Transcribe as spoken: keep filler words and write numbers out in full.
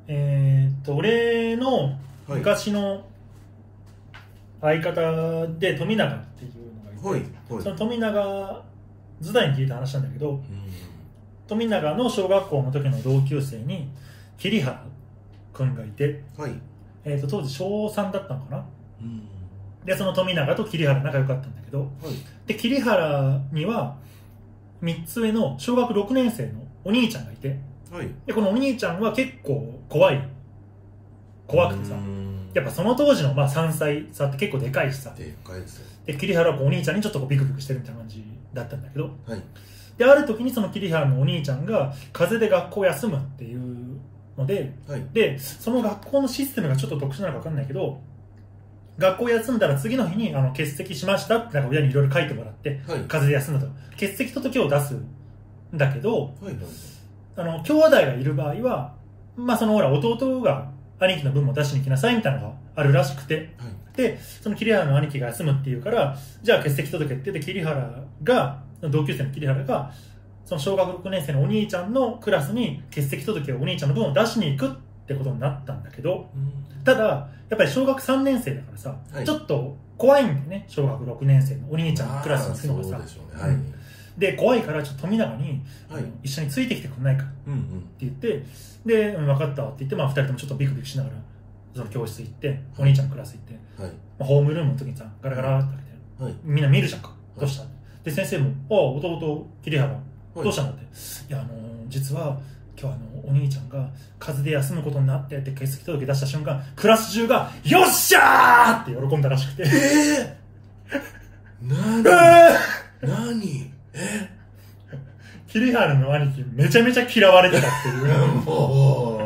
えー、っと俺の昔の相方で富永っていうのがいて、はいはい、その富永図代に聞いた話なんだけど、うん、富永の小学校の時の同級生に桐原君がいて、はい、えー、と当時小さんだったのかな、うん、でその富永と桐原仲良かったんだけど、はい、で桐原にはみっつ上の小学ろくねん生のお兄ちゃんがいて、はい、でこのお兄ちゃんは結構怖い怖くてさ、やっぱその当時のまあさんさい差って結構でかいしさ、 でかいですよ。 で桐原はこうお兄ちゃんにちょっとこうビクビクしてるみたいな感じだったんだけど、はい、である時にその桐原のお兄ちゃんが風邪で学校休むっていうので、はい、でその学校のシステムがちょっと特殊なのか分かんないけど、学校休んだら次の日にあの欠席しましたってなんか親にいろいろ書いてもらって、はい、風邪で休んだと欠席届を出すんだけど、はい、あの兄弟がいる場合は、まあ、そのほら弟が兄貴の分も出しに来なさいみたいなのがあるらしくて、はい、でその桐原の兄貴が休むっていうから、じゃあ欠席届って言って桐原が同級生の桐原がその小学ろくねん生のお兄ちゃんのクラスに欠席届をお兄ちゃんの分を出しに行くってことになったんだけど、うん、ただやっぱり小学さんねん生だからさ、はい、ちょっと怖いんだよね、小学ろくねん生のお兄ちゃんのクラスに行くのがさ。で怖いからちょっと富永に、はい、一緒についてきてくんないかって言って、うんうん、で、うん、分かったって言って、まあ、ふたりともちょっとビクビクしながらその教室行って、はい、お兄ちゃんのクラス行って、はい、まあ、ホームルームの時にさガラガラって開けて、はい、みんな見るじゃんか、どうした、はい、で先生も「ああ弟桐原、はい、どうしたの?」って「いやあのー、実は今日あのお兄ちゃんが風邪で休むことになって」って欠席届出した瞬間クラス中が「よっしゃー!」って喜んだらしくて、 えー、何、えー、何え桐原の兄貴めちゃめちゃ嫌われてたっていうも